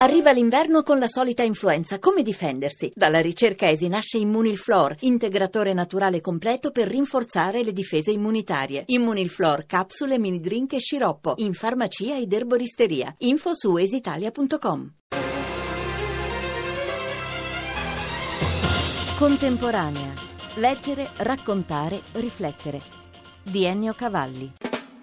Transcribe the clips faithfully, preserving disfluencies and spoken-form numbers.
Arriva l'inverno con la solita influenza. Come difendersi? Dalla ricerca E S I nasce Immunilflor, integratore naturale completo per rinforzare le difese immunitarie. Immunilflor, capsule, mini drink e sciroppo. In farmacia ed erboristeria. Info su esitalia punto com. Contemporanea. Leggere, raccontare, riflettere. Di Ennio Cavalli.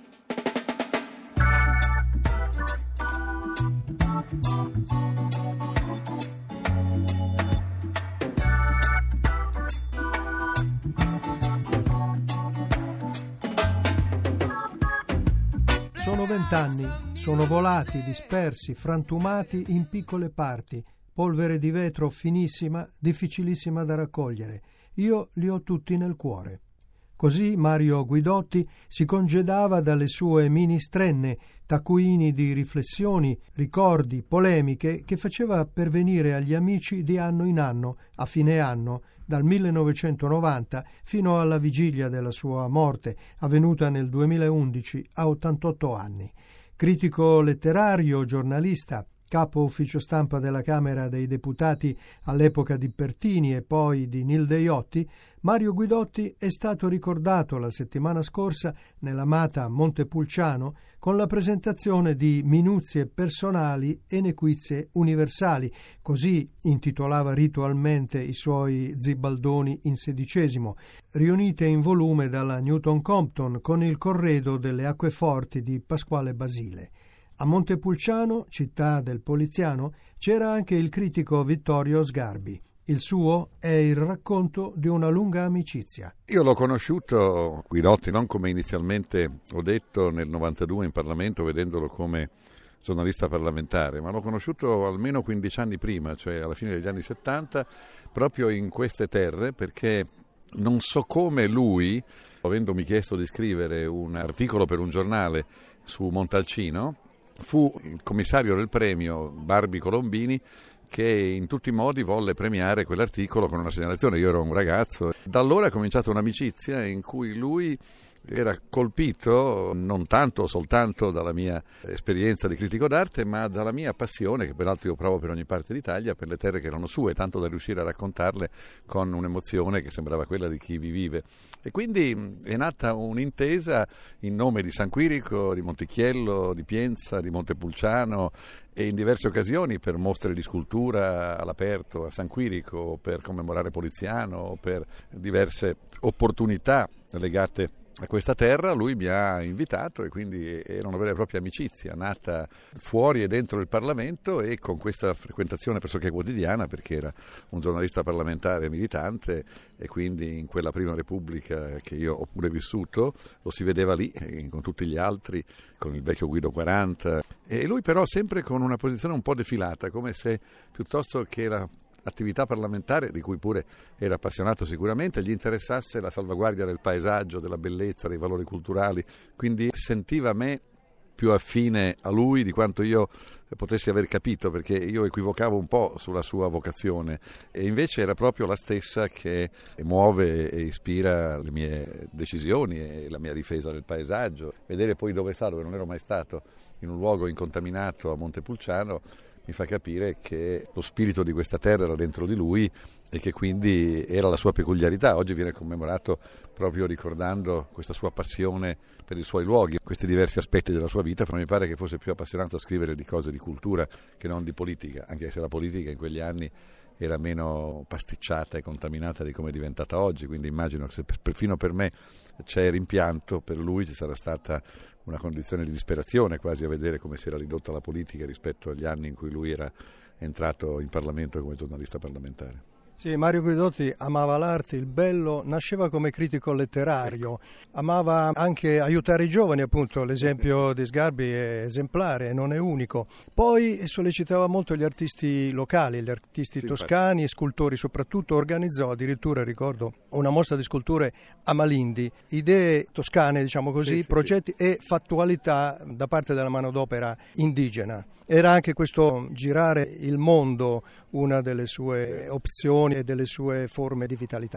Sono vent'anni, sono volati, dispersi, frantumati in piccole parti, polvere di vetro finissima, difficilissima da raccogliere. Io li ho tutti nel cuore. Così Mario Guidotti si congedava dalle sue ministrenne, taccuini di riflessioni, ricordi, polemiche che faceva pervenire agli amici di anno in anno, a fine anno, dal millenovecentonovanta fino alla vigilia della sua morte, avvenuta nel duemilaundici a ottantotto anni. Critico letterario, giornalista, capo ufficio stampa della Camera dei Deputati all'epoca di Pertini e poi di Nilde-Iotti, Mario Guidotti è stato ricordato la settimana scorsa nell'amata Montepulciano con la presentazione di Minuzie personali e nequizie universali, così intitolava ritualmente i suoi zibaldoni in sedicesimo, riunite in volume dalla Newton Compton con il corredo delle acqueforti di Pasquale Basile. A Montepulciano, città del Poliziano, c'era anche il critico Vittorio Sgarbi. Il suo è il racconto di una lunga amicizia. Io l'ho conosciuto, Guidotti, non come inizialmente ho detto nel novantadue in Parlamento, vedendolo come giornalista parlamentare, ma l'ho conosciuto almeno quindici anni prima, cioè alla fine degli anni settanta, proprio in queste terre, perché non so come lui, avendomi chiesto di scrivere un articolo per un giornale su Montalcino, fu il commissario del premio Barbi Colombini che in tutti i modi volle premiare quell'articolo con una segnalazione. Io ero un ragazzo. Da allora è cominciata un'amicizia in cui lui era colpito non tanto o soltanto dalla mia esperienza di critico d'arte, ma dalla mia passione, che peraltro io provo per ogni parte d'Italia, per le terre che erano sue, tanto da riuscire a raccontarle con un'emozione che sembrava quella di chi vi vive. E quindi è nata un'intesa in nome di San Quirico, di Montichiello, di Pienza, di Montepulciano, e in diverse occasioni per mostre di scultura all'aperto a San Quirico, per commemorare Poliziano, per diverse opportunità legate a questa terra. Lui mi ha invitato e quindi era una vera e propria amicizia nata fuori e dentro il Parlamento, e con questa frequentazione pressoché quotidiana, perché era un giornalista parlamentare militante e quindi in quella prima Repubblica che io ho pure vissuto lo si vedeva lì con tutti gli altri, con il vecchio Guido quaranta, e lui però sempre con una posizione un po' defilata, come se piuttosto che la attività parlamentare, di cui pure era appassionato sicuramente, gli interessasse la salvaguardia del paesaggio, della bellezza, dei valori culturali, quindi sentiva me più affine a lui di quanto io potessi aver capito, perché io equivocavo un po' sulla sua vocazione, e invece era proprio la stessa che muove e ispira le mie decisioni e la mia difesa del paesaggio. Vedere poi dove sta, dove non ero mai stato, in un luogo incontaminato a Montepulciano, mi fa capire che lo spirito di questa terra era dentro di lui e che quindi era la sua peculiarità. Oggi viene commemorato proprio ricordando questa sua passione per i suoi luoghi, questi diversi aspetti della sua vita, però mi pare che fosse più appassionato a scrivere di cose di cultura che non di politica, anche se la politica in quegli anni era meno pasticciata e contaminata di come è diventata oggi, quindi immagino che se perfino per me c'è rimpianto, per lui ci sarà stata una condizione di disperazione quasi a vedere come si era ridotta la politica rispetto agli anni in cui lui era entrato in Parlamento come giornalista parlamentare. Sì, Mario Guidotti amava l'arte, il bello, nasceva come critico letterario, amava anche aiutare i giovani, appunto, l'esempio di Sgarbi è esemplare, non è unico. Poi sollecitava molto gli artisti locali, gli artisti sì, toscani e scultori soprattutto, organizzò addirittura, ricordo, una mostra di sculture a Malindi, idee toscane, diciamo così, sì, sì, progetti sì. E fattualità da parte della manodopera indigena. Era anche questo girare il mondo una delle sue opzioni e delle sue forme di vitalità.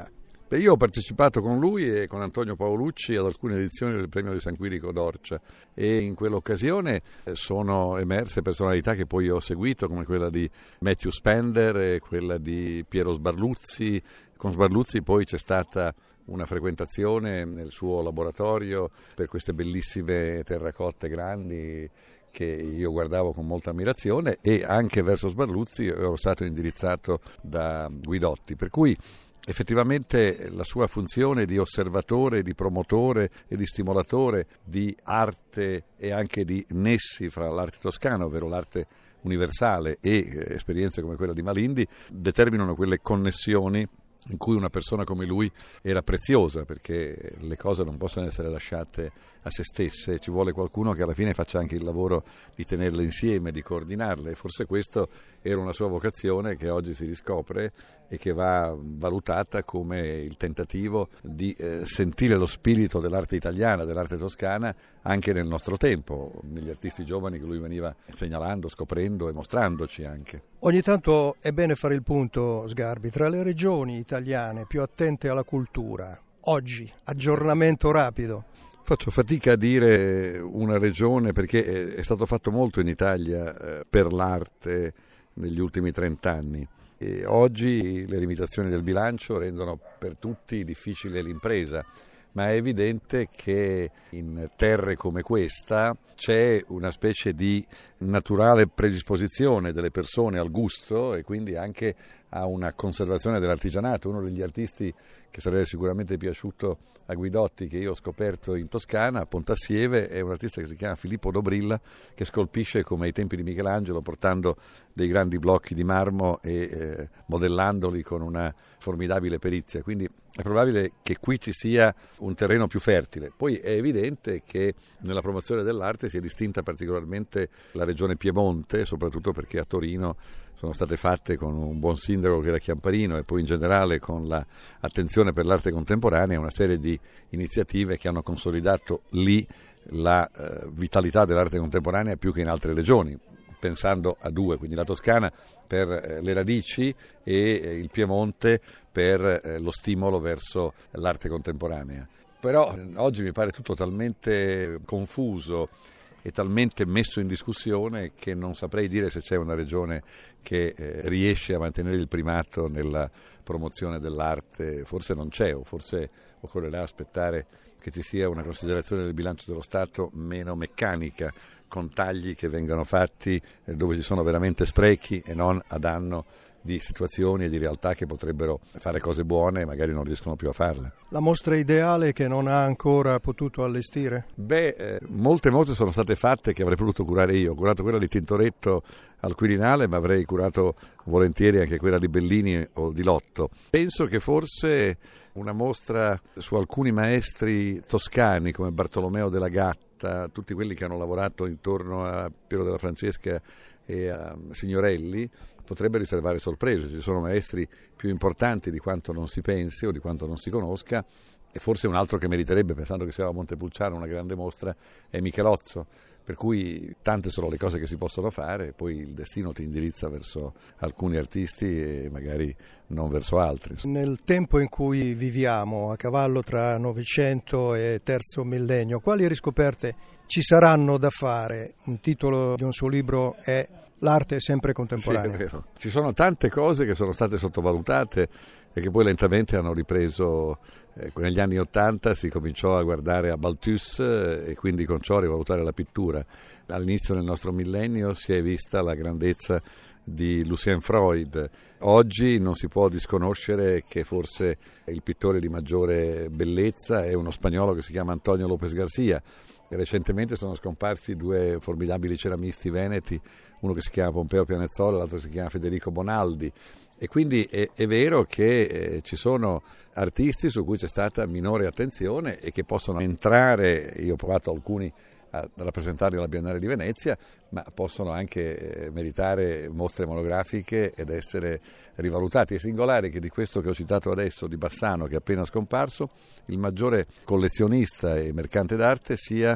Beh, io ho partecipato con lui e con Antonio Paolucci ad alcune edizioni del premio di San Quirico d'Orcia e in quell'occasione sono emerse personalità che poi ho seguito, come quella di Matthew Spender e quella di Piero Sbarluzzi. Con Sbarluzzi poi c'è stata una frequentazione nel suo laboratorio per queste bellissime terracotte grandi che io guardavo con molta ammirazione, e anche verso Sbarluzzi ero stato indirizzato da Guidotti, per cui effettivamente la sua funzione di osservatore, di promotore e di stimolatore di arte e anche di nessi fra l'arte toscana, ovvero l'arte universale, e esperienze come quella di Malindi determinano quelle connessioni in cui una persona come lui era preziosa, perché le cose non possono essere lasciate a se stesse, ci vuole qualcuno che alla fine faccia anche il lavoro di tenerle insieme, di coordinarle, e forse questo era una sua vocazione che oggi si riscopre e che va valutata come il tentativo di eh, sentire lo spirito dell'arte italiana, dell'arte toscana anche nel nostro tempo, negli artisti giovani che lui veniva segnalando, scoprendo e mostrandoci anche. Ogni tanto è bene fare il punto, Sgarbi, tra le regioni italiane più attente alla cultura. Oggi, aggiornamento rapido. Faccio fatica a dire una regione, perché è stato fatto molto in Italia eh, per l'arte negli ultimi trent'anni. E oggi le limitazioni del bilancio rendono per tutti difficile l'impresa, ma è evidente che in terre come questa c'è una specie di naturale predisposizione delle persone al gusto e quindi anche a una conservazione dell'artigianato. Uno degli artisti che sarebbe sicuramente piaciuto a Guidotti, che io ho scoperto in Toscana, a Pontassieve, è un artista che si chiama Filippo Dobrilla, che scolpisce come ai tempi di Michelangelo, portando dei grandi blocchi di marmo e eh, modellandoli con una formidabile perizia. Quindi è probabile che qui ci sia un terreno più fertile. Poi è evidente che nella promozione dell'arte si è distinta particolarmente la regione Piemonte, soprattutto perché a Torino sono state fatte con un buon sindaco che era Chiamparino, e poi in generale con l'attenzione per l'arte contemporanea una serie di iniziative che hanno consolidato lì la eh, vitalità dell'arte contemporanea più che in altre regioni, pensando a due, quindi la Toscana per eh, le radici e eh, il Piemonte per eh, lo stimolo verso l'arte contemporanea. Però eh, oggi mi pare tutto talmente confuso è talmente messo in discussione che non saprei dire se c'è una regione che eh, riesce a mantenere il primato nella promozione dell'arte. Forse non c'è, o forse occorrerà aspettare che ci sia una considerazione del bilancio dello Stato meno meccanica, con tagli che vengano fatti eh, dove ci sono veramente sprechi e non a danno di situazioni e di realtà che potrebbero fare cose buone e magari non riescono più a farle. La mostra ideale che non ha ancora potuto allestire? Beh, eh, molte mostre sono state fatte che avrei potuto curare io. Ho curato quella di Tintoretto al Quirinale, ma avrei curato volentieri anche quella di Bellini o di Lotto. Penso che forse una mostra su alcuni maestri toscani come Bartolomeo della Gatta, tutti quelli che hanno lavorato intorno a Piero della Francesca e a Signorelli, potrebbe riservare sorprese. Ci sono maestri più importanti di quanto non si pensi o di quanto non si conosca, e forse un altro che meriterebbe, pensando che siamo a Montepulciano, una grande mostra è Michelozzo. Per cui tante sono le cose che si possono fare, poi il destino ti indirizza verso alcuni artisti e magari non verso altri. Nel tempo in cui viviamo, a cavallo tra Novecento e Terzo Millennio, quali riscoperte ci saranno da fare? Un titolo di un suo libro è L'arte è sempre contemporanea. Sì, è vero. Ci sono tante cose che sono state sottovalutate e che poi lentamente hanno ripreso. Eh, negli anni Ottanta si cominciò a guardare a Balthus eh, e quindi con ciò a rivalutare la pittura. All'inizio del nostro millennio si è vista la grandezza di Lucien Freud. Oggi non si può disconoscere che forse il pittore di maggiore bellezza è uno spagnolo che si chiama Antonio López García. Recentemente sono scomparsi due formidabili ceramisti veneti, uno che si chiama Pompeo Pianezzolo e l'altro si chiama Federico Bonaldi. E quindi è, è vero che eh, ci sono artisti su cui c'è stata minore attenzione e che possono entrare, io ho provato alcuni a rappresentarli alla Biennale di Venezia, ma possono anche meritare mostre monografiche ed essere rivalutati. È singolare che di questo che ho citato adesso, di Bassano, che è appena scomparso, il maggiore collezionista e mercante d'arte sia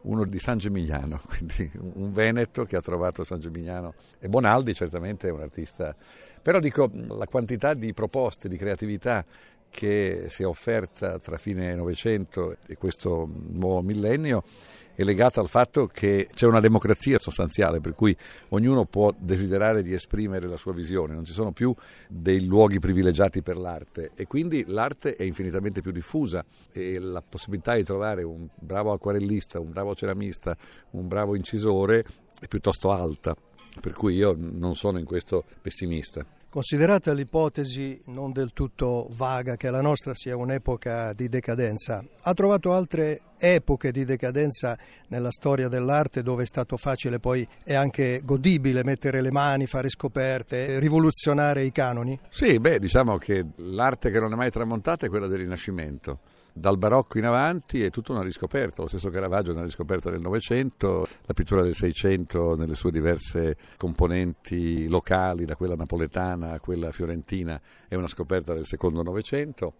uno di San Gimignano, quindi un veneto che ha trovato San Gimignano. E Bonaldi certamente è un artista, però dico, la quantità di proposte, di creatività che si è offerta tra fine Novecento e questo nuovo millennio è legata al fatto che c'è una democrazia sostanziale, per cui ognuno può desiderare di esprimere la sua visione, non ci sono più dei luoghi privilegiati per l'arte e quindi l'arte è infinitamente più diffusa e la possibilità di trovare un bravo acquarellista, un bravo ceramista, un bravo incisore è piuttosto alta, per cui io non sono in questo pessimista. Considerata l'ipotesi non del tutto vaga che la nostra sia un'epoca di decadenza, ha trovato altre epoche di decadenza nella storia dell'arte dove è stato facile poi e anche godibile mettere le mani, fare scoperte, rivoluzionare i canoni? Sì, beh, diciamo che l'arte che non è mai tramontata è quella del Rinascimento. Dal barocco in avanti è tutta una riscoperta, lo stesso Caravaggio è una riscoperta del Novecento, la pittura del Seicento nelle sue diverse componenti locali, da quella napoletana a quella fiorentina, è una scoperta del secondo Novecento.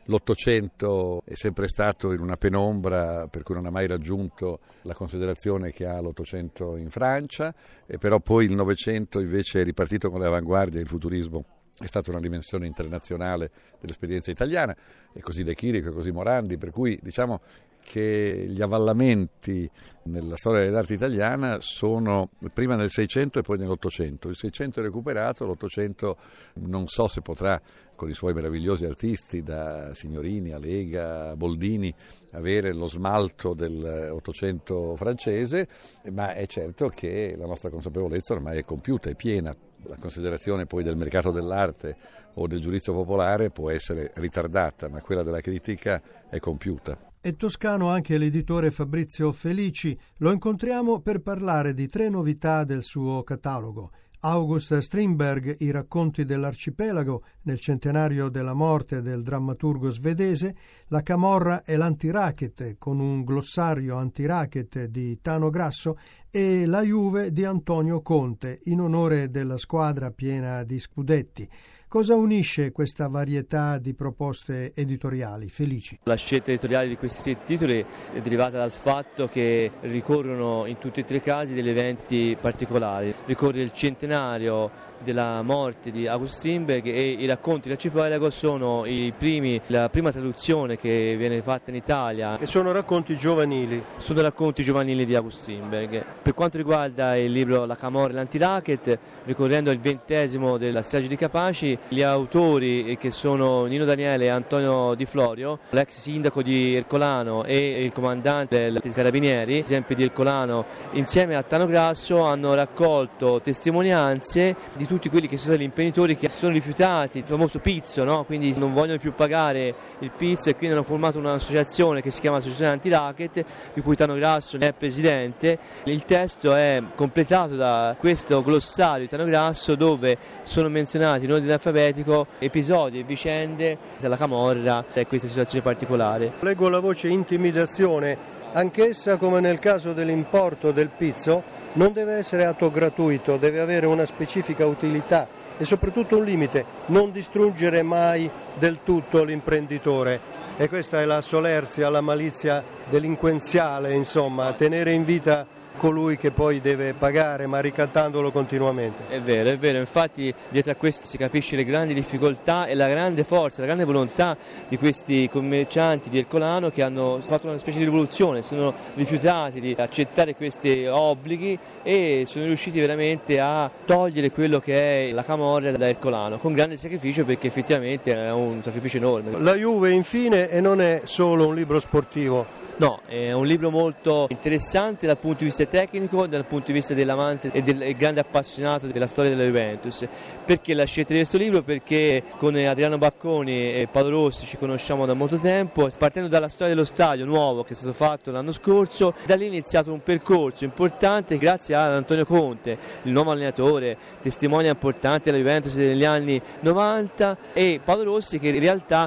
L'Ottocento è sempre stato in una penombra per cui non ha mai raggiunto la considerazione che ha l'Ottocento in Francia, e però poi il Novecento invece è ripartito con le avanguardie e il futurismo. È stata una dimensione internazionale dell'esperienza italiana, e così De Chirico e così Morandi, per cui diciamo che gli avvallamenti nella storia dell'arte italiana sono prima nel Seicento e poi nell'Ottocento. Il Seicento è recuperato, l'Ottocento non so se potrà, con i suoi meravigliosi artisti, da Signorini a Lega a Boldini, avere lo smalto dell'Ottocento francese, ma è certo che la nostra consapevolezza ormai è compiuta, è piena. La considerazione poi del mercato dell'arte o del giudizio popolare può essere ritardata, ma quella della critica è compiuta. È toscano anche l'editore Fabrizio Felici. Lo incontriamo per parlare di tre novità del suo catalogo. August Strindberg, I racconti dell'arcipelago, nel centenario della morte del drammaturgo svedese, La camorra e l'antiracket, con un glossario antiracket di Tano Grasso, e La Juve di Antonio Conte, in onore della squadra piena di scudetti. Cosa unisce questa varietà di proposte editoriali? Felici. La scelta editoriale di questi tre titoli è derivata dal fatto che ricorrono in tutti e tre i casi degli eventi particolari. Ricorre il centenario della morte di August Strindberg e I racconti dell'arcipelago sono i primi, la prima traduzione che viene fatta in Italia. E sono racconti giovanili. Sono racconti giovanili di August Strindberg. Per quanto riguarda il libro La camorra e l'antiracket, ricorrendo al ventesimo della strage di Capaci, gli autori che sono Nino Daniele e Antonio Di Florio, l'ex sindaco di Ercolano e il comandante dei Carabinieri, esempio di Ercolano, insieme a Tano Grasso hanno raccolto testimonianze di tutti quelli che sono stati gli imprenditori che si sono rifiutati il famoso pizzo, no? Quindi non vogliono più pagare il pizzo, e quindi hanno formato un'associazione che si chiama Associazione Antiracket, di cui Tano Grasso è presidente. Il testo è completato da questo glossario di Tano Grasso, dove sono menzionati in ordine alfabetico episodi e vicende della camorra e questa situazione particolare. Leggo la voce intimidazione, anch'essa come nel caso dell'importo del pizzo non deve essere atto gratuito, deve avere una specifica utilità e soprattutto un limite, non distruggere mai del tutto l'imprenditore. E questa è la solerzia, la malizia delinquenziale, insomma, tenere in vita colui che poi deve pagare, ma ricattandolo continuamente. È vero, è vero, infatti dietro a questo si capisce le grandi difficoltà e la grande forza, la grande volontà di questi commercianti di Ercolano, che hanno fatto una specie di rivoluzione, sono rifiutati di accettare questi obblighi e sono riusciti veramente a togliere quello che è la camorra da Ercolano, con grande sacrificio, perché effettivamente è un sacrificio enorme. La Juve infine, e non è solo un libro sportivo. No, è un libro molto interessante dal punto di vista tecnico, dal punto di vista dell'amante e del grande appassionato della storia della Juventus. Perché la scelta di questo libro? Perché con Adriano Bacconi e Paolo Rossi ci conosciamo da molto tempo, partendo dalla storia dello stadio nuovo che è stato fatto l'anno scorso. Da lì è iniziato un percorso importante grazie ad Antonio Conte, il nuovo allenatore, testimone importante della Juventus negli anni novanta, e Paolo Rossi, che in realtà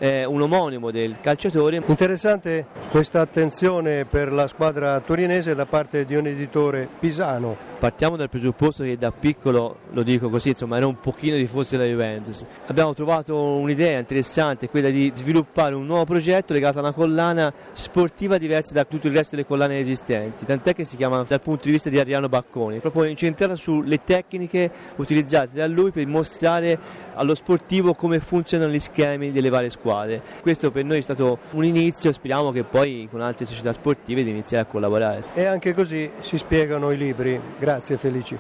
eh, un omonimo del calciatore. Interessante questa attenzione per la squadra torinese da parte di un editore pisano. Partiamo dal presupposto che da piccolo, lo dico così, insomma, era un pochino tifoso della Juventus. Abbiamo trovato un'idea interessante, quella di sviluppare un nuovo progetto legato a una collana sportiva diversa da tutto il resto delle collane esistenti, tant'è che si chiama dal punto di vista di Ariano Bacconi, proprio incentrata sulle tecniche utilizzate da lui per mostrare allo sportivo come funzionano gli schemi delle varie squadre. Questo per noi è stato un inizio, speriamo che poi con altre società sportive di iniziare a collaborare. E anche così si spiegano i libri. Grazie Felici.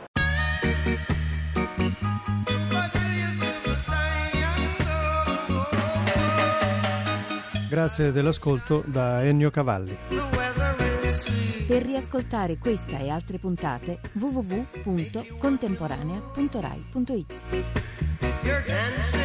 Grazie dell'ascolto da Ennio Cavalli. Per riascoltare questa e altre puntate w w w punto contemporanea punto rai punto it. You're dancing.